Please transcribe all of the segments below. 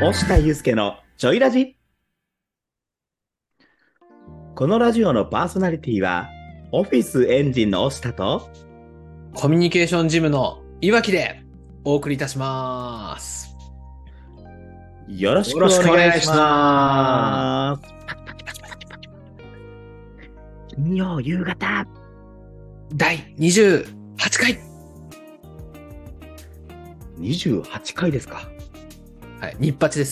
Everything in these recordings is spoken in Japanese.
押田祐介のちょいラジ。このラジオのパーソナリティはオフィスエンジンの押田とコミュニケーションジムのいわきでお送りいたします。 よろしくお願いします。金曜夕方第28回。 28回ですか。 はい、日八です。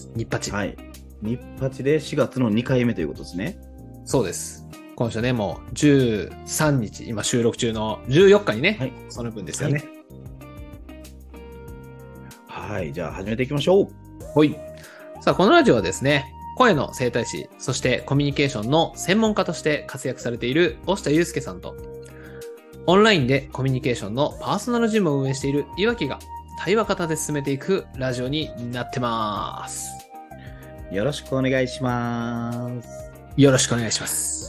日八。 はい。日八で4月の2回目ということですね。 そうです。今週ね、もう13日、今収録中の14日にね、 はい、 その分ですよね。 はい、じゃあ始めていきましょう。 はい。さあ、このラジオはですね、声の整体師、そしてコミュニケーションの専門家として活躍されている押田祐介さんと、オンラインでコミュニケーションのパーソナルジムを運営しているいわきが対話型で進めていくラジオになってます。 よろしくお願いします。 よろしくお願いします。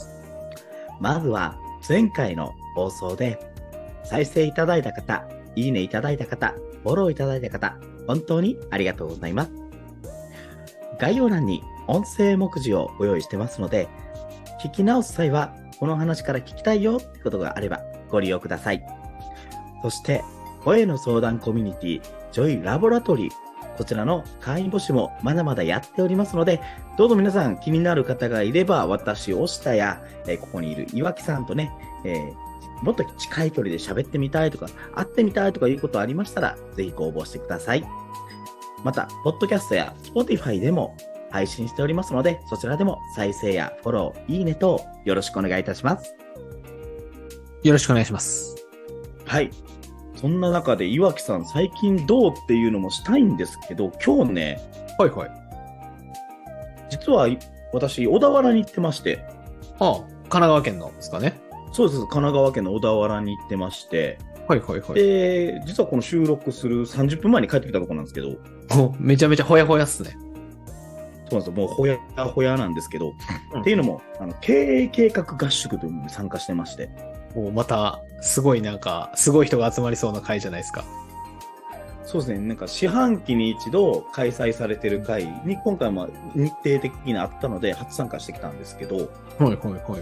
まずは前回の放送で再生いただいた方、いいねいただいた方、フォローいただいた方、本当にありがとうございます。概要欄に音声目次をご用意してますので、聞き直す際はこの話から聞きたいよってことがあればご利用ください。そして声の相談コミュニティジョイラボラトリー、こちらの会員募集もまだまだやっておりますので、どうぞ皆さん気になる方がいれば、私、押田や、ここにいる岩木さんとね、もっと近い距離で喋ってみたいとか、会ってみたいとかいうことありましたら、ぜひご応募してください。また、ポッドキャストや Spotify でも配信しておりますので、そちらでも再生やフォロー、いいね等よろしくお願いいたします。 よろしくお願いします。 はい。そんな中で岩木さん最近どうっていうのもしたいんですけど、今日ね、 はいはい。 実は私小田原に行ってまして。 ああ、神奈川県のですかね。 そうです、神奈川県の小田原に行ってまして、 はいはいはい。 で、実はこの収録する30分前に帰ってきたところなんですけど、 めちゃめちゃほやほやっすね。 そうなんですよ、もうほやほやなんですけど、っていうのも経営計画合宿というのに参加してまして、 もうまたすごいなんかすごい人が集まりそうな会じゃないですか。 そうですね、なんか四半期に一度開催されてる会に今回も日程的にあったので初参加してきたんですけど、 はいはいはいはい。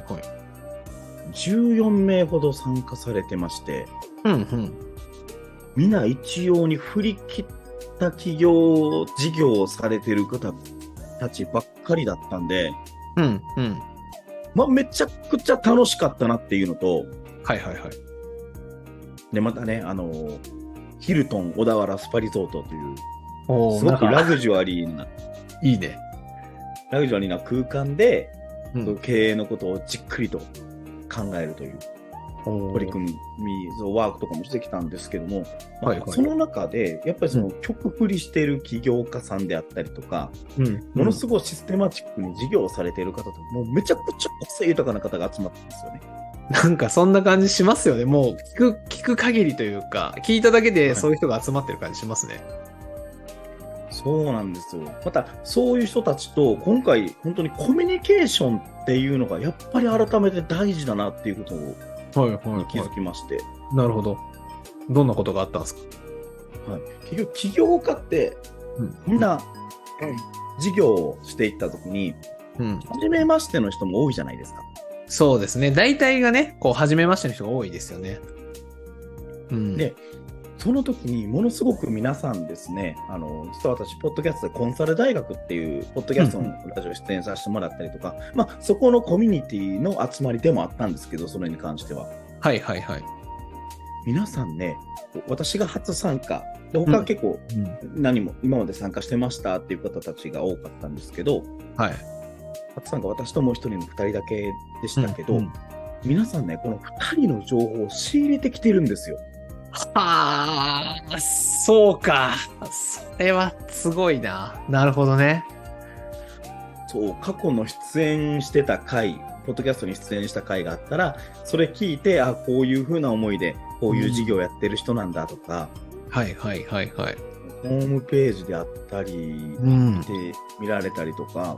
14名ほど参加されてまして、 うんうん。 みんな一様に振り切った企業事業をされてる方たちばっかりだったんで、 うんうん。 まあ、めちゃくちゃ楽しかったなっていうのと、 はいはいはい。 で、またね、ヒルトン小田原スパリゾートという、すごくおーなんかラグジュアリーな、 いいね。 空間で、 うん経営のことをじっくりと考えるという取り組み、ワークとかもしてきたんですけども、まあはいはいその中で、やっぱりその曲振りしてる起業家さんであったりとか、ものすごいシステマチックに事業をされている方と、もうめちゃくちゃ個性豊かな方が集まってるんですよね。 なんかそんな感じしますよね。もう聞く限りというか、聞いただけでそういう人が集まってる感じしますね。 そうなんですよ。また、そういう人たちと、今回、本当にコミュニケーションっていうのが、やっぱり改めて大事だなっていうことをはいはい、はい、 気づきまして。 なるほど。どんなことがあったんですか？ はい、結局、起業家って、みんな、事業をしていったときに、初めましての人も多いじゃないですか。 そうですね。大体がね、こう、初めましての人が多いですよね。 で、その時にものすごく皆さんですね、実は私、ポッドキャストでコンサル大学っていう、ポッドキャストのラジオ出演させてもらったりとか、まあ、そこのコミュニティの集まりでもあったんですけど、それに関しては。 はいはいはい。 皆さんね、私が初参加、で他は結構何も今まで参加してましたっていう方たちが多かったんですけど、 はい、 初参加、私ともう一人の2人だけでしたけど、皆さんね、この2人の情報を仕入れてきてるんですよ。 はあ、そうか。それはすごいな。なるほどね。 そう、過去の出演してた回、ポッドキャストに出演した回があったら、それ聞いて、あ、こういう風な思いで、こういう事業やってる人なんだとか、 はいはいはいはい。 ホームページであったりで見られたりとか、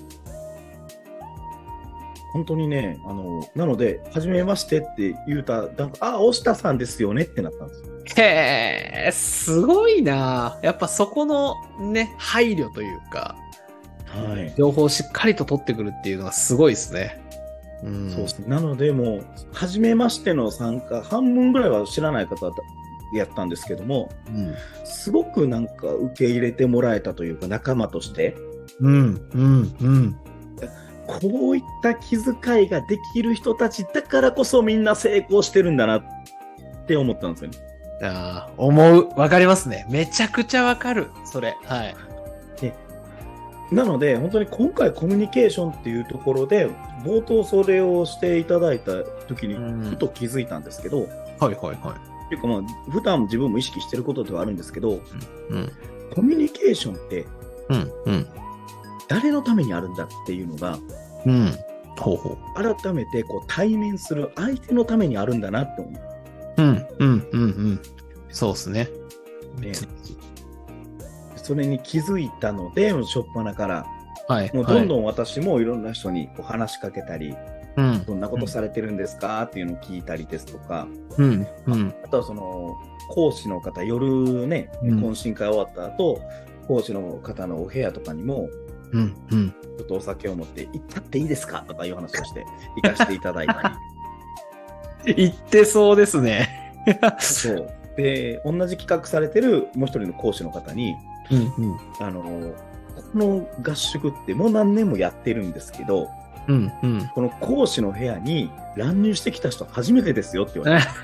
本当にね、なので、はじめましてって言うた、あ、押田さんですよねってなったんですよ。 へえ、すごいな。やっぱそこのね、配慮というか、 はい。 情報をしっかりと取ってくるっていうのがすごいですね。 そうですね。なので、もう、初めましての参加、半分ぐらいは知らない方やったんですけども、すごくなんか受け入れてもらえたというか、仲間として、 うん、うん、うん。 こういった気遣いができる人たちだからこそみんな成功してるんだなって思ったんですよね。 ああ、思う。わかりますね。めちゃくちゃわかる。それ。はい。 でなので、本当に今回コミュニケーションっていうところで、冒頭それをしていただいた時に、ふと気づいたんですけど、 はいはいはい。 っていうかまあ、普段自分も意識してることではあるんですけど、 うん、 コミュニケーションってうん、うん、 誰のためにあるんだっていうのが、 うん。ほうほう。 改めてこう対面する相手のためにあるんだなって思うん、うん、うん、うん。そうですね。 う、ね。それに気づいたので、初っ端からはい。 もうどんどん私もいろんな人にこう話しかけたり、 うん。 どんなことされてるんですかっていうのを聞いたりですとか、 うん、うん。 あとはその講師の方、夜ね、懇親会終わった後、講師の方のお部屋とかにも、 うん、うん。 ちょっとお酒を持って行っちゃっていいですかとかいう話をして行かせていただいたり。言ってそうですね。 そうで、同じ企画されてるもう一人の講師の方に、 うん、うん。 この合宿ってもう何年もやってるんですけど、 うん、うん。 この講師の部屋に乱入してきた人初めてですよって言われて。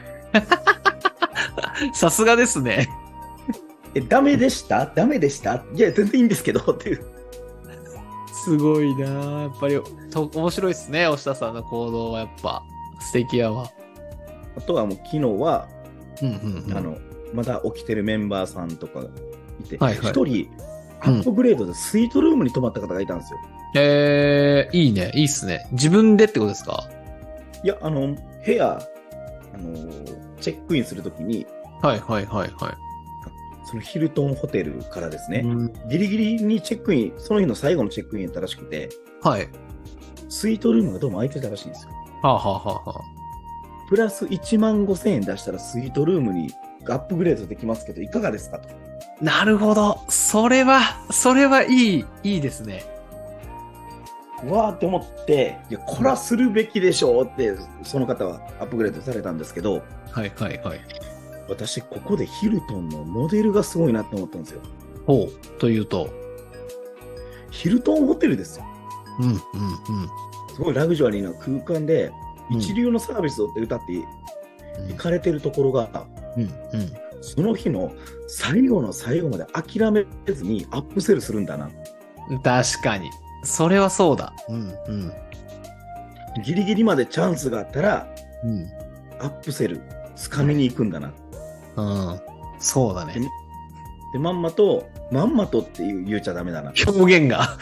さすがですね。 ダメでしたいや、全然いいんですけどっていう。 すごいなやっぱり面白いですね、押田さんの行動はやっぱ素敵やわ。 あとはもう昨日は、 うんうんうん、 まだ起きてるメンバーさんとかいて、 はいはい、 一人アップグレードでスイートルームに泊まった方がいたんですよ。 いいね、いいっすね。自分でってことですか？ いや、部屋、チェックインするときに、 はいはいはいはい。 そのヒルトンホテルからですね、 うん、 ギリギリにチェックイン、その日の最後のチェックインやったらしくて、 はい。 スイートルームがどうも空いてたらしいんですよ。 はあ、はあはあはあ、 プラス1万5千円出したらスイートルームにアップグレードできますけど、いかがですかと。 なるほど。それはいいですね。 うわーって思って、いや、これはするべきでしょうって、その方はアップグレードされたんですけど、 はいはいはい。 私、ここでヒルトンのモデルがすごいなって思ったんですよ。 ほう、というと。 ヒルトンホテルですよ。 うんうんうん。 すごいラグジュアリーな空間で、一流のサービスを歌って行かれてるところが、 うんうん、 その日の最後の最後まで諦めずにアップセルするんだな。 確かに。それはそうだ。うんうん。 ギリギリまでチャンスがあったら、 うん、 アップセル掴みに行くんだな。 うん、そうだね。 で、まんまとって言っちゃダメだな。 表現が。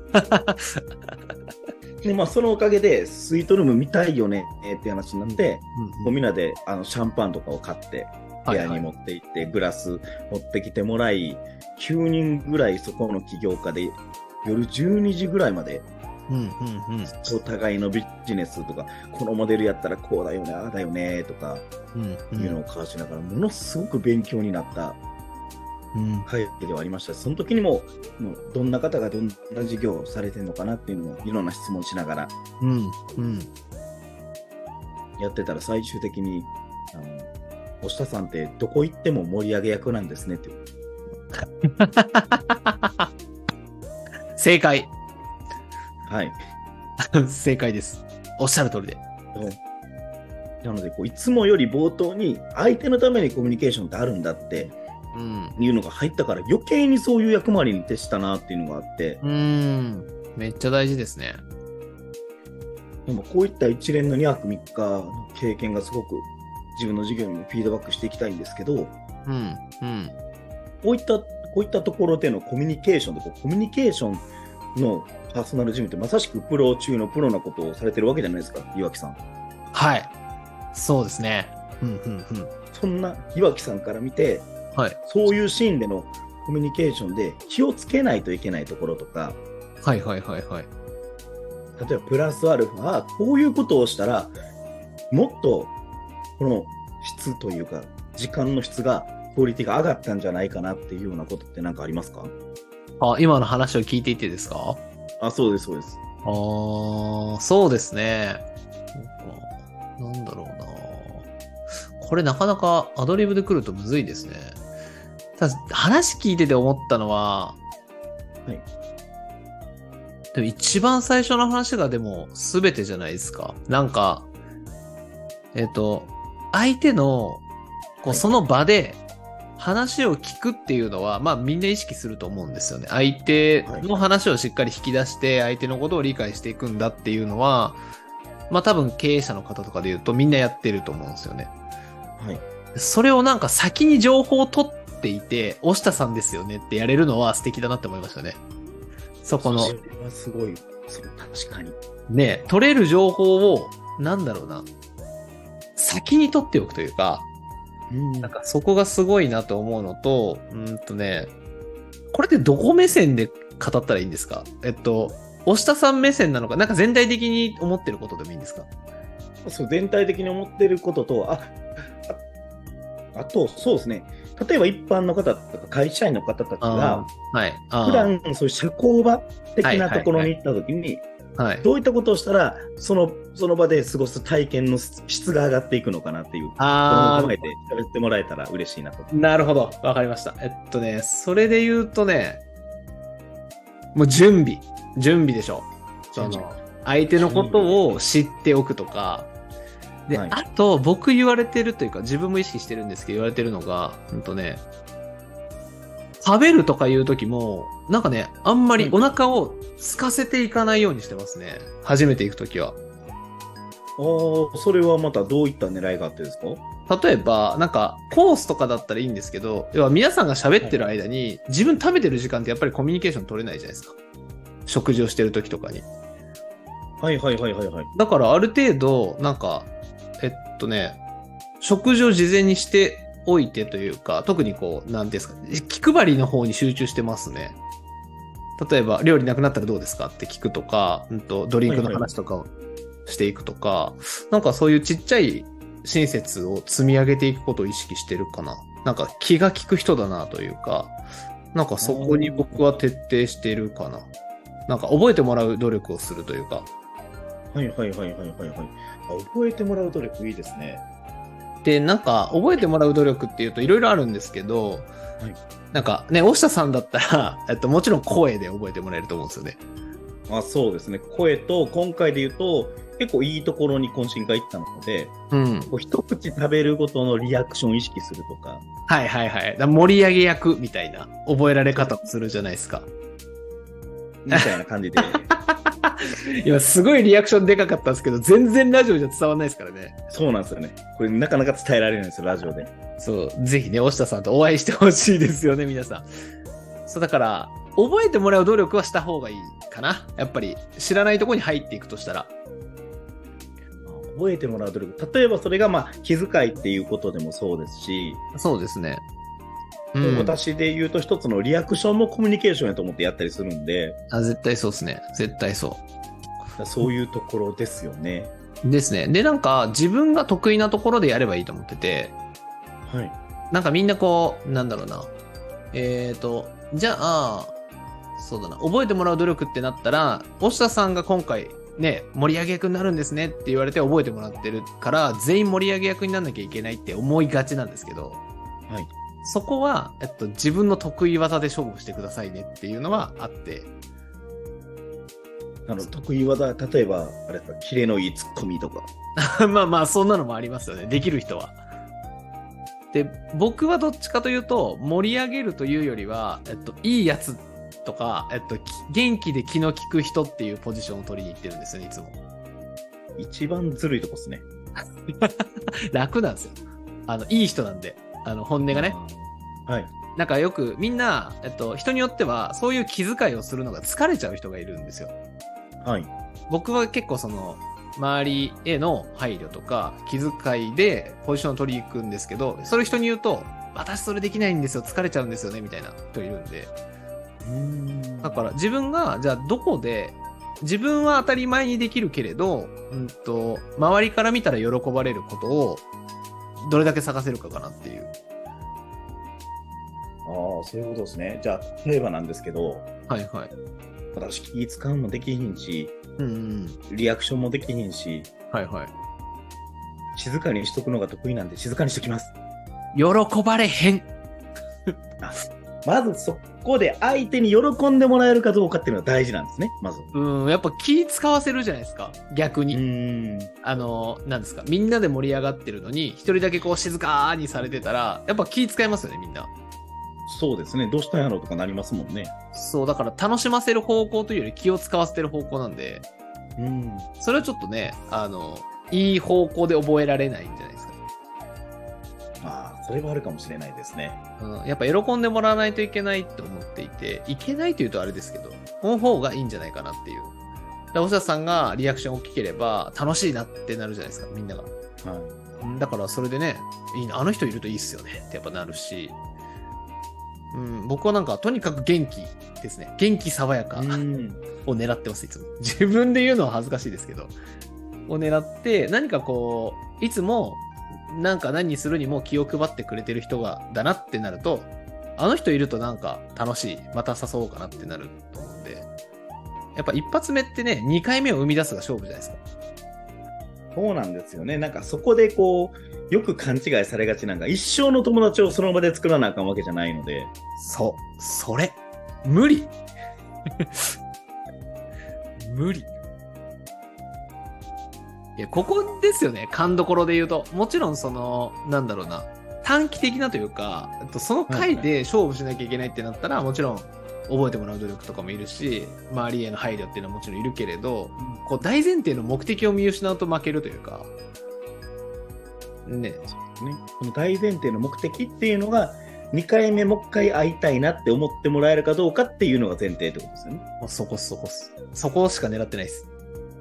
で、まあ、そのおかげで、スイートルーム見たいよねって話になって、こうみんなでシャンパンとかを買って、部屋に持って行って、グラス持ってきてもらい、9人ぐらいそこの起業家で、夜12時ぐらいまで、お互いのビジネスとか、このモデルやったらこうだよね、ああだよね、とか、いうのを交わしながら、ものすごく勉強になった会議ではありました。その時にも、どんな方がどんな事業をされてるのかなっていうのをいろんな質問しながらやってたら、最終的に押田さんってどこ行っても盛り上げ役なんですねって正解。 はい正解です。おっしゃる通りで。 なのでいつもより冒頭に相手のためにコミュニケーションってあるんだっていうのが入ったから、余計にそういう役回りに徹したなっていうのがあって、 めっちゃ大事ですね。 でもこういった一連の2泊3日の経験がすごく自分の授業にもフィードバックしていきたいんですけど、こういったところでのコミュニケーションでコミュニケーションのパーソナルジムってまさしくプロ中のプロなことをされてるわけじゃないですか、岩木さん。 はい。そうですね。 そんな岩木さんから見て、 はい、 そういうシーンでのコミュニケーションで気をつけないといけないところとか、 はいはいはいはい。 例えばプラスアルファ、こういうことをしたらもっとこの質というか時間の質が、クオリティが上がったんじゃないかなっていうようなことって何かありますか？ あ、今の話を聞いていてですか？ あ、そうです、そうです。 そうですね。なんだろうな。これなかなかアドリブで来るとむずいですね。ただ話聞いてて思ったのは、 はい。 でも一番最初の話がでも全てじゃないですか。なんか、相手の、 はいその場で話を聞くっていうのは、まあみんな意識すると思うんですよね。相手の話をしっかり引き出して、相手のことを理解していくんだっていうのは、まあ多分経営者の方とかで言うとみんなやってると思うんですよね。 はい。 それをなんか先に情報を取っていて、押下さんですよねってやれるのは素敵だなって思いましたね。そこの。 それはすごい。そう、確かに。 ね、取れる情報を、なんだろうな、先に取っておくというか、なんかそこがすごいなと思うのと、これってどこ目線で語ったらいいんですか？押下さん目線なのか、なんか全体的に思ってることでもいいんですか？ そう、全体的に思ってることと、あと、そうですね。例えば一般の方とか会社員の方たちが、 はい。 普段そういう社交場的なところに行った時に、 はい。 どういったことをしたら、その場で過ごす体験の質が上がっていくのかなっていう、これを踏まえて喋ってもらえたら嬉しいなと。 なるほど。わかりました。それで言うとね、もう準備でしょ。相手のことを知っておくとか、で、 はい、 あと、僕言われてるというか、自分も意識してるんですけど、言われてるのが、食べるとかいう時も、なんかね、あんまりお腹を空かせていかないようにしてますね。初めて行く時は。 それはまたどういった狙いがあってですか？ 例えば、なんか、コースとかだったらいいんですけど、要は皆さんが喋ってる間に、自分食べてる時間ってやっぱりコミュニケーション取れないじゃないですか。食事をしてる時とかに。 はい。 だからある程度、なんか、食事を事前にしておいてというか、特になんですか、気配りの方に集中してますね。例えば、料理なくなったらどうですかって聞くとか、ドリンクの話とかをしていくとか、なんかそういうちっちゃい親切を積み上げていくことを意識してるかな。なんか気が利く人だなというか、なんかそこに僕は徹底してるかな。なんか覚えてもらう努力をするというか。 はい。覚えてもらう努力いいですね。 で、なんか覚えてもらう努力っていうといろいろあるんですけど、はい、なんかね、押下さんだったら、もちろん声で覚えてもらえると思うんですよね。 そうですね。声と、今回で言うと、結構いいところに懇親会行ったので、一口食べるごとのリアクションを意識するとか。 はい。盛り上げ役みたいな覚えられ方をするじゃないですか。 みたいな感じで。 今すごいリアクションでかかったんですけど、全然ラジオじゃ伝わんないですからね。 そうなんですよね。これなかなか伝えられるんですよ、ラジオで。 そう、ぜひね、押下さんとお会いしてほしいですよね、皆さん。そう、だから、覚えてもらう努力はした方がいいかな。やっぱり、知らないところに入っていくとしたら。 覚えてもらう努力。例えばそれが気遣いっていうことでもそうですし。 そうですね。 私で言うと一つのリアクションもコミュニケーションやと思ってやったりするんで。 絶対そうですね。絶対そう。 そういうところですよね。 ですね。で、なんか自分が得意なところでやればいいと思ってて。 はい。 なんかみんななんだろうな。じゃあ、そうだな。覚えてもらう努力ってなったら、押下さんが今回ね、盛り上げ役になるんですねって言われて覚えてもらってるから、全員盛り上げ役にならなきゃいけないって思いがちなんですけど。 はい。 そこは、自分の得意技で勝負してくださいねっていうのはあって。 得意技、例えば、あれですか、キレのいいツッコミとか。 まあ、そんなのもありますよね。できる人は。で、僕はどっちかというと、盛り上げるというよりは、いいやつとか、元気で気の利く人っていうポジションを取りに行ってるんですよね、いつも。 一番ずるいとこですね。 楽なんですよ。いい人なんで。本音がね。 はい。 なんかよくみんな、人によってはそういう気遣いをするのが疲れちゃう人がいるんですよ。 はい。 僕は結構周りへの配慮とか気遣いでポジションを取りに行くんですけど、それ人に言うと、私それできないんですよ、疲れちゃうんですよね、みたいな人いるんで。だから自分が、じゃあどこで、自分は当たり前にできるけれど、周りから見たら喜ばれることをどれだけ探せるかかなっていう。 ああ、そういうことですね。じゃあ、例えばなんですけど、 はいはい。 私気使うもできひんし、 うんうん。 リアクションもできひんし、 はいはい。 静かにしとくのが得意なんで静かにしときます。 喜ばれへん。 まずそこで相手に喜んでもらえるかどうかっていうのが大事なんですね、まず。 やっぱ気使わせるじゃないですか。逆に。 ん。 なんですか。みんなで盛り上がってるのに、一人だけこう静かにされてたら、やっぱ気使いますよね、みんな。 そうですね。どうしたんやろうとかなりますもんね。 そう、だから楽しませる方向というより気を使わせてる方向なんで、それはちょっとね、いい方向で覚えられないんじゃないですか。 ああ、それはあるかもしれないですね。 やっぱ喜んでもらわないといけないと思っていて、いけないというとあれですけど、この方がいいんじゃないかなっていう。で、おしゃさんがリアクション大きければ楽しいなってなるじゃないですか、みんなが。 はい。 だからそれでね、いいな、あの人いるといいっすよねってやっぱなるし、僕はなんかとにかく元気ですね。元気爽やかを狙ってます、いつも。自分で言うのは恥ずかしいですけど。を狙って、何かこう、いつも、なんか何にするにも気を配ってくれてる人が、だなってなると、あの人いるとなんか楽しい、また誘おうかなってなると思うんで、やっぱ一発目ってね、2回目を生み出すが勝負じゃないですか。 そうなんですよね。なんかそこでこう、よく勘違いされがちなんか、一生の友達をその場で作らなあかんわけじゃないので。 それ。無理。無理。いや、ここですよね、勘どころで言うと。もちろんなんだろうな、短期的なというか、その回で勝負しなきゃいけないってなったら、もちろん覚えてもらう努力とかもいるし、周りへの配慮っていうのはもちろんいるけれど、こう大前提の目的を見失うと負けるというか、ね。 この大前提の目的っていうのが、2回目もう一回会いたいなって思ってもらえるかどうかっていうのが前提ってことですよね。 そこしか狙ってないです。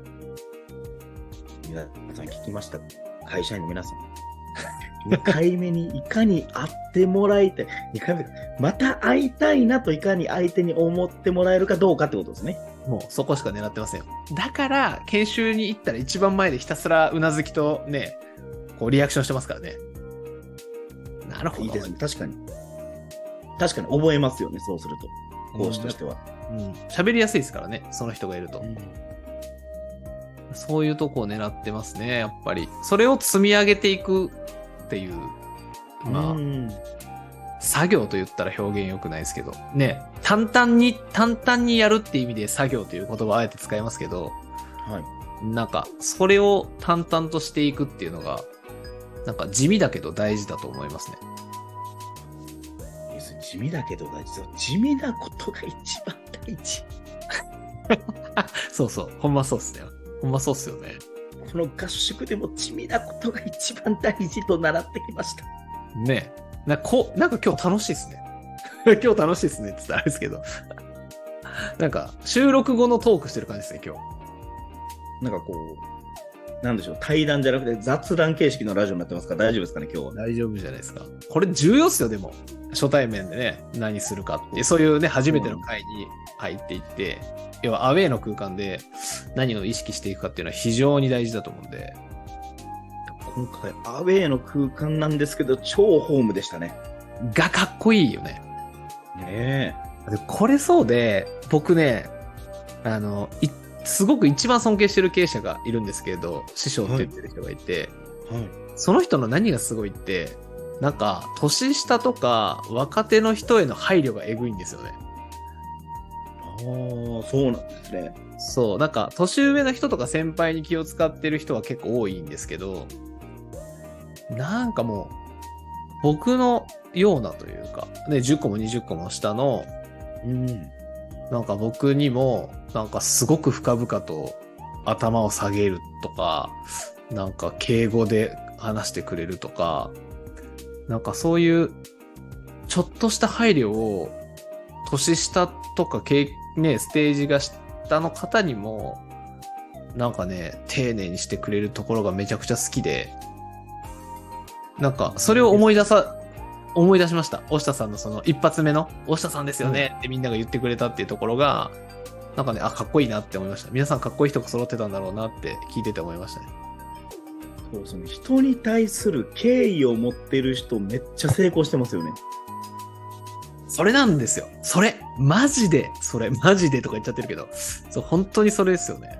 皆さん聞きました？会社員の皆さん。2回目にいかに会ってもらいたい。2回目、また会いたいなといかに相手に思ってもらえるかどうかってことですね。 もうそこしか狙ってませんよ。だから、研修に行ったら一番前でひたすらうなずきとね、こうリアクションしてますからね。なるほど。 いいですね。確かに覚えますよね、そうすると。講師としては。 喋りやすいですからね、その人がいると。そういうとこを狙ってますね、やっぱり。それを積み上げていくっていう、作業と言ったら表現良くないですけど、ね、淡々にやるっていう意味で作業という言葉をあえて使いますけど、なんか、それを淡々としていくっていうのが、なんか地味だけど大事だと思いますね。 地味だけど大事。地味なことが一番大事。 そう。ほんまそうっすね。ほんまそうっすよね。 この合宿でも地味なことが一番大事と習ってきました。 ねえ。なんか今日楽しいっすね。今日楽しいっすねって言ったらあれですけど。なんか収録後のトークしてる感じですね、今日。 なんかこう、なんでしょう、対談じゃなくて雑談形式のラジオになってますから大丈夫ですかね、今日は。 大丈夫じゃないですか。これ重要っすよ、でも。初対面でね、何するかっていう、そういうね、初めての会に入っていって、要はアウェイの空間で何を意識していくかっていうのは非常に大事だと思うんで。 今回、アウェイの空間なんですけど、超ホームでしたね。 がかっこいいよね。 ねえ。でこれそうで、僕ね、すごく一番尊敬してる経営者がいるんですけど、師匠って言ってる人がいて、その人の何がすごいって、なんか、年下とか若手の人への配慮がえぐいんですよね。 そうなんですね。 そう、なんか、年上の人とか先輩に気を使ってる人は結構多いんですけど、なんかもう、僕のようなというか、ね、10個も20個も下の、なんか僕にも、なんかすごく深々と頭を下げるとか、なんか敬語で話してくれるとか、なんかそういうちょっとした配慮を年下とかね、ステージが下の方にもなんかね、丁寧にしてくれるところがめちゃくちゃ好きで、なんかそれを思い出しました。大下さんのその一発目の大下さんですよねってみんなが言ってくれたっていうところが、なんかね、かっこいいなって思いました。皆さんかっこいい人が揃ってたんだろうなって聞いてて思いましたね。 そう、その人に対する敬意を持ってる人めっちゃ成功してますよね。 それなんですよ。マジでとか言っちゃってるけど、そう、本当にそれですよね。 や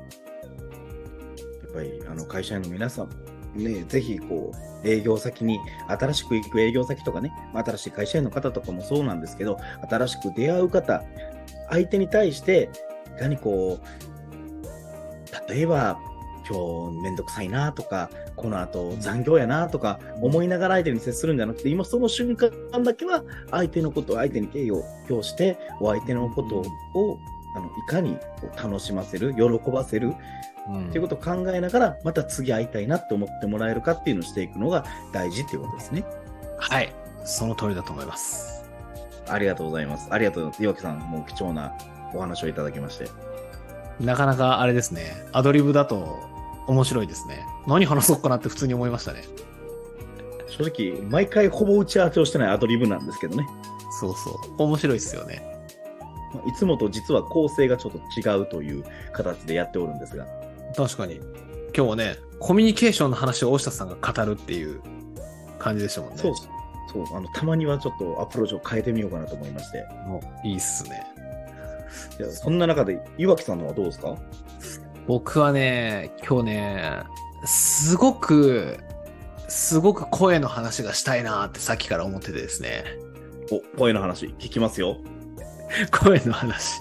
っぱり会社員の皆さんね、ぜひこう営業先に新しく行く営業先とかね、新しい会社員の方とかもそうなんですけど、新しく出会う方、相手に対していかにこう、例えば今日めんどくさいなとか、この後残業やなとか思いながら相手に接するんじゃなくて、今その瞬間だけは相手のことを相手に敬意を表して、お相手のことをいかに楽しませる、喜ばせるっていうことを考えながら、また次会いたいなって思ってもらえるかっていうのをしていくのが大事っていうことですね。 はい、その通りだと思います。 ありがとうございます。ありがとうございます。岩木さん、もう貴重なお話をいただきまして。 なかなかあれですね、アドリブだと面白いですね。何話そうかなって普通に思いましたね。 正直、毎回ほぼ打ち合わせをしてないアドリブなんですけどね。 そうそう。面白いですよね。 いつもと実は構成がちょっと違うという形でやっておるんですが。 確かに。今日はね、コミュニケーションの話を大下さんが語るっていう感じでしたもんね。 そう。たまにはちょっとアプローチを変えてみようかなと思いまして。 いいっすね。 いや、そんな中で岩木さんのはどうですか？ 僕はね、今日ね、すごく声の話がしたいなってさっきから思っててですね。 声の話聞きますよ。 声の話。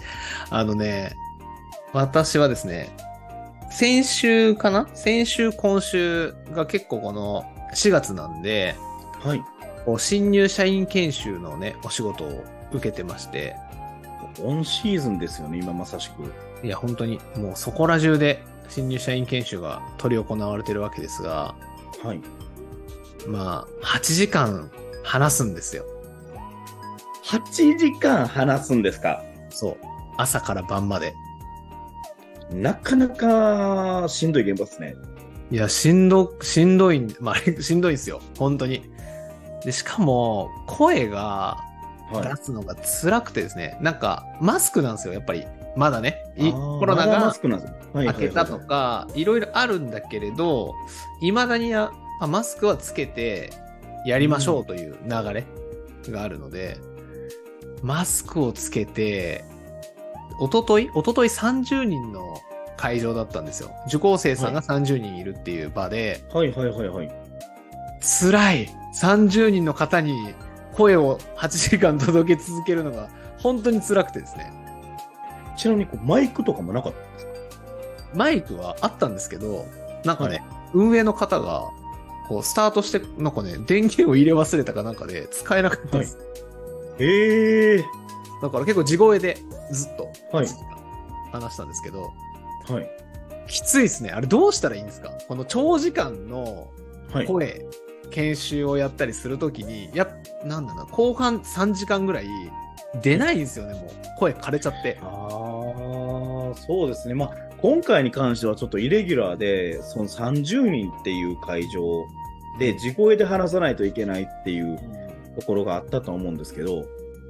私はですね、先週、今週が結構この4月なんで、 はい。 新入社員研修のね、お仕事を受けてまして。 オンシーズンですよね、今まさしく。 いや、本当に、もうそこら中で新入社員研修が執り行われてるわけですが、 はい。 まあ、8時間話すんですよ。 8時間話すんですか？ そう。朝から晩まで。 なかなかしんどい現場ですね。 いや、しんどい、まあ、しんどいんですよ。本当に。で、しかも、声が出すのが辛くてですね、なんか、マスクなんですよ、やっぱり。まだね。コロナが明けたとか、いろいろあるんだけれど、未だにマスクはつけてやりましょうという流れがあるので、マスクをつけて、おととい30人の会場だったんですよ。受講生さんが30人いるっていう場で、 はい。 辛い !30 人の方に声を8時間届け続けるのが本当に辛くてですね。 ちなみにマイクとかもなかったんですか？ マイクはあったんですけど、なんかね、運営の方が、スタートして、なんかね、電源を入れ忘れたかなんかで使えなかったんです。だから結構地声でずっと、話したんですけど、きついですね。あれどうしたらいいんですか？この長時間の声、研修をやったりするときに、後半3時間ぐらい出ないんですよね、もう。声枯れちゃって。 そうですね。まあ、今回に関してはちょっとイレギュラーで、その30人っていう会場で、地声で話さないといけないっていうところがあったと思うんですけど、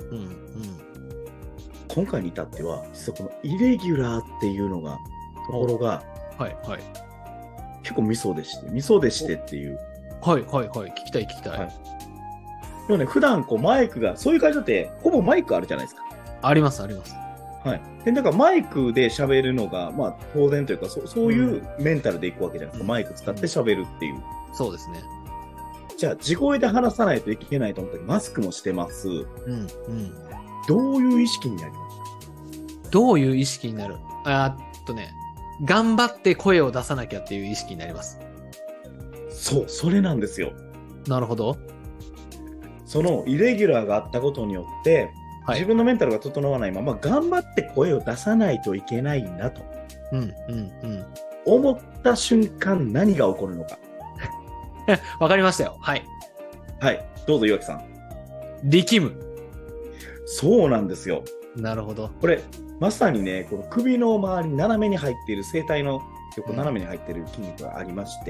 今回に至っては、実はこのイレギュラーっていうところが、結構ミソでしてっていう。 聞きたい。 でもね、普段マイクが、そういう会場ってほぼマイクあるじゃないですか。 あります。 で、だからマイクで喋るのが、まあ当然というか、そういうメンタルでいくわけじゃないですか。マイク使って喋るっていう。 そうですね。 じゃあ、地声で話さないといけないと思ったら、マスクもしてます。どういう意識になりますか？ どういう意識になる？頑張って声を出さなきゃっていう意識になります。 そう、それなんですよ。 なるほど。 そのイレギュラーがあったことによって、自分のメンタルが整わないまま頑張って声を出さないといけないなと、思った瞬間何が起こるのか。 わかりましたよ。はい、 どうぞ岩木さん。 力む。 そうなんですよ。 なるほど。 これまさにね、この首の周りに斜めに入っている、声帯の横斜めに入っている筋肉がありまして、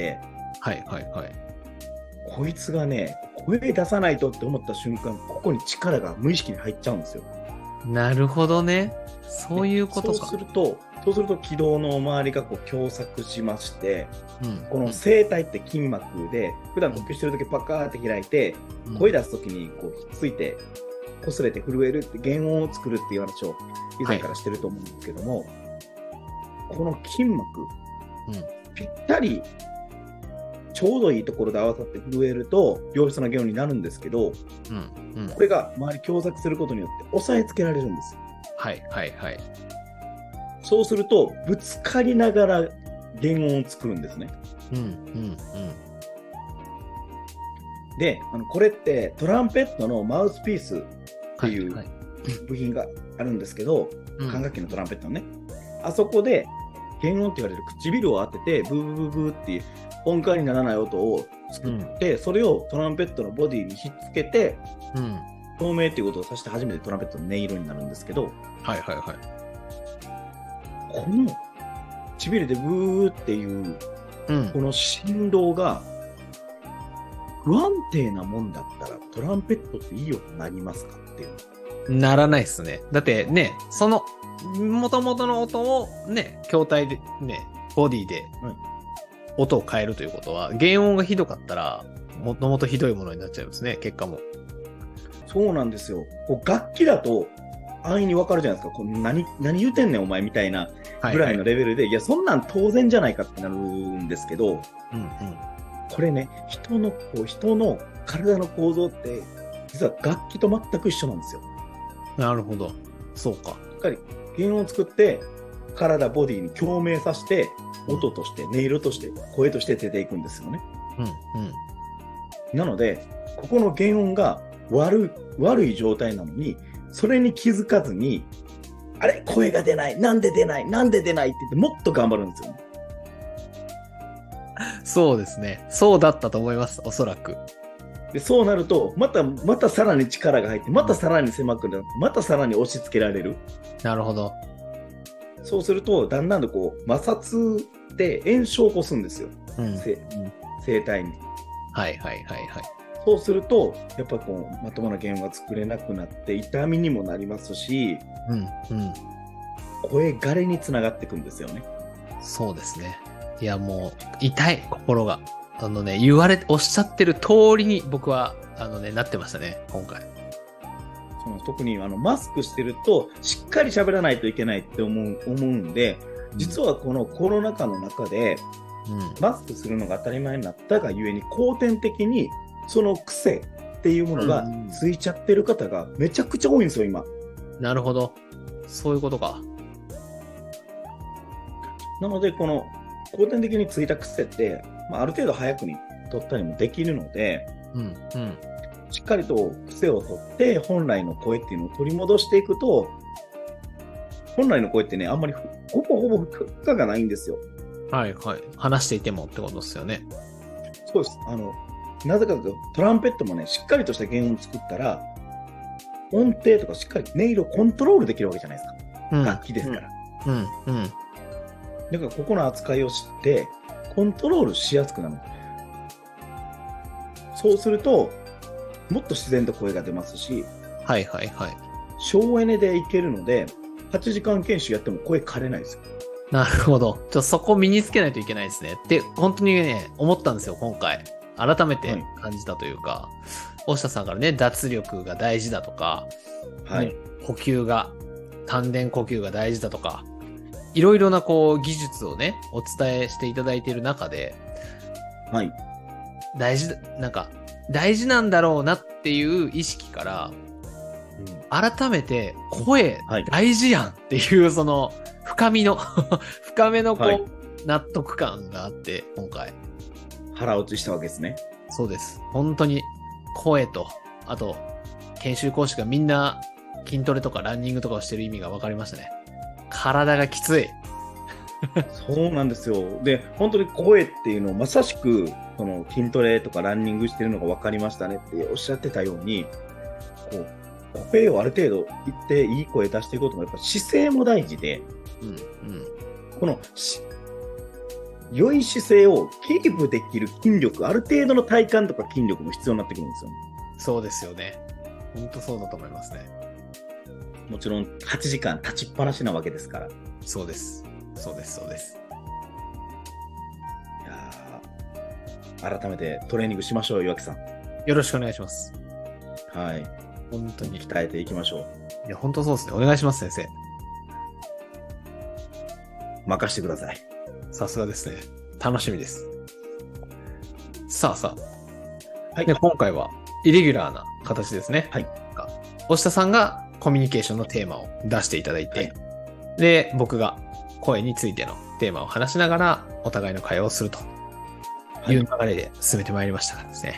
こいつがね、声出さないとって思った瞬間、ここに力が無意識に入っちゃうんですよ。 なるほどね。そういうことか。 そうすると、 そうすると気道の周りがこう狭窄しまして、 うんこの声帯って筋膜で、普段呼吸してるときパカーって開いて、声出すときにこうひっついて、擦れて震えるって原音を作るっていう話を以前からしてると思うんですけども、この筋膜、ぴったりちょうどいいところで合わさって震えると良質な原音になるんですけど、これが周り狭窄することによって押さえつけられるんですよ。 はいはいはい。 そうするとぶつかりながら原音を作るんですね。で、これってトランペットのマウスピースっていう部品があるんですけど、管楽器のトランペットのね、あそこで原音って言われる唇を当ててブーブーブーっていう音階にならない音を作って、それをトランペットのボディにひっつけて、透明っていうことをさして初めてトランペットの音色になるんですけど、 はいはいはい。 この唇でブーっていう、この振動が不安定なもんだったらトランペットっていい音になりますかっていう。 ならないですね。だってね、その元々の音をね、筐体でね、ボディで音を変えるということは、原音がひどかったら、もともとひどいものになっちゃいますね、結果も。 そうなんですよ。こう楽器だと安易に分かるじゃないですか。こう何言うてんねんお前みたいなぐらいのレベルで、いやそんなん当然じゃないかってなるんですけど、これね、人の体の構造って実は楽器と全く一緒なんですよ。 なるほど。そうか。 しっかり原音を作って体ボディに共鳴させて、音として音色として声として出ていくんですよね。なのでここの原音が悪い状態なのに、それに気づかずに、あれ声が出ない、なんで出ないって言ってもっと頑張るんですよね。 そうですね。そうだったと思います、おそらく。 でそうなるとまたさらに力が入って、またさらに狭くなって、またさらに押し付けられる。 なるほど。 そうするとだんだんとこう摩擦で炎症を起こすんですよ、声帯に。はいはいはいはい。そうするとやっぱこうまともな弦が作れなくなって痛みにもなりますし、声枯れにつながっていくんですよね。そうですね。 いやもう痛い、心が。おっしゃってる通りに僕はなってましたね、今回。 特にマスクしてるとしっかり喋らないといけないって思うんで、実はこのコロナ禍の中で、マスクするのが当たり前になったがゆえに、後天的にその癖っていうものがついちゃってる方がめちゃくちゃ多いんですよ、今。 なるほど。そういうことか。 なので、この後天的についた癖って、ある程度早くに取ったりもできるので、しっかりと癖を取って本来の声っていうのを取り戻していくと、本来の声ってね、あんまりほぼ負荷がないんですよ。 はいはい。話していてもってことですよね。 そうです。なぜかというと、トランペットもね、しっかりとした原音を作ったら、音程とかしっかり音色をコントロールできるわけじゃないですか。楽器ですから。だからここの扱いを知ってコントロールしやすくなる。そうするともっと自然と声が出ますし、省エネでいけるので、8時間研修やっても声枯れないですよ。 なるほど。そこ身につけないといけないですね。で、本当にね、思ったんですよ、今回。改めて感じたというか、大下さんからね、脱力が大事だとか、呼吸が、丹田呼吸が大事だとか、いろいろなこう技術をね、お伝えしていただいている中で、大事なんだろうなっていう意識から、改めて声大事やんっていう、その深めのこう、納得感があって、今回腹落ちしたわけですね。 そうです。本当に声と、あと研修講師がみんな筋トレとかランニングとかをしてる意味が分かりましたね。体がきつい。 そうなんですよ。で、本当に声っていうのをまさしくその筋トレとかランニングしてるのが分かりましたねっておっしゃってたように、こう声をある程度言っていい声出していこうともやっぱ姿勢も大事で、この良い姿勢をキープできる筋力、ある程度の体幹とか筋力も必要になってくるんですよ。 そうですよね。本当そうだと思いますね。 もちろん8時間立ちっぱなしなわけですから。 そうです。 そうです、そうです。 いや改めてトレーニングしましょう、岩木さん。 よろしくお願いします。 はい。 本当に。 鍛えていきましょいや、本当そうですね。お願いします、先生。 任してください。 さすがですね。楽しみです。さあさあ。 はい。 で、今回は、イレギュラーな形ですね。 はい。 押下さんがコミュニケーションのテーマを出していただいて、 はい、 で、僕が声についてのテーマを話しながら、お互いの会話をするという流れで進めてまいりましたからですね。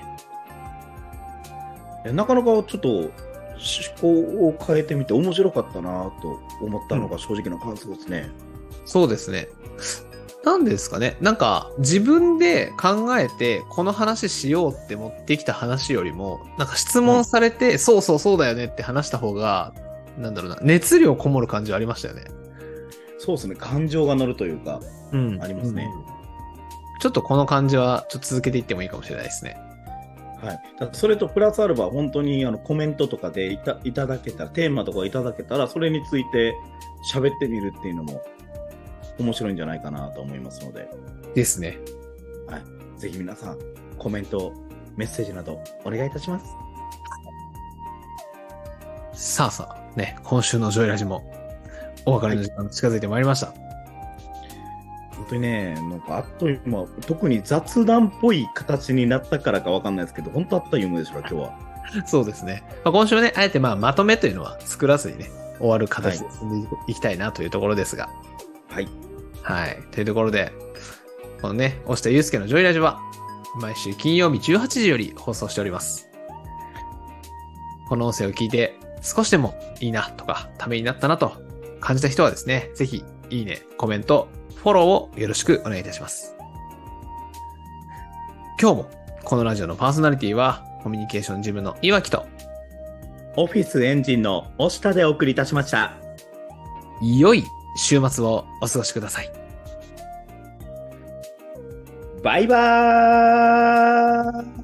なかなかちょっと思考を変えてみて面白かったなと思ったのが正直な感想ですね。 そうですね。なんですかね。なんか自分で考えてこの話しようって持ってきた話よりも、なんか質問されて、そうそうそうだよねって話した方が、なんだろうな、熱量こもる感じはありましたよね。 そうですね。感情が乗るというか、ありますね。 ちょっとこの感じはちょっと続けていってもいいかもしれないですね。 はい。それとプラスアルファ、本当にコメントとかでいただけたら、テーマとかいただけたら、それについて喋ってみるっていうのも面白いんじゃないかなと思いますので。 ですね。 はい。ぜひ皆さん、コメント、メッセージなどお願いいたします。 さあさあ、ね、今週のジョイラジもお別れの時間が近づいてまいりました。 本当にね、なんかあっという間、特に雑談っぽい形になったからかわかんないですけど、本当あっという間ですから、今日は。 そうですね。今週ね、あえてまとめというのは作らずにね、終わる形で進んでいきたいなというところですが。 はい。 はい。というところで、このね、押下祐介のジョイラジは、毎週金曜日18時より放送しております。この音声を聞いて、少しでもいいなとか、ためになったなと感じた人はですね、ぜひ、いいね、コメント、フォローをよろしくお願いいたします。今日も、このラジオのパーソナリティは、コミュニケーションジムの岩木と、 オフィスエンジンの押下でお送りいたしました。 良い週末をお過ごしください。 バイバーイ。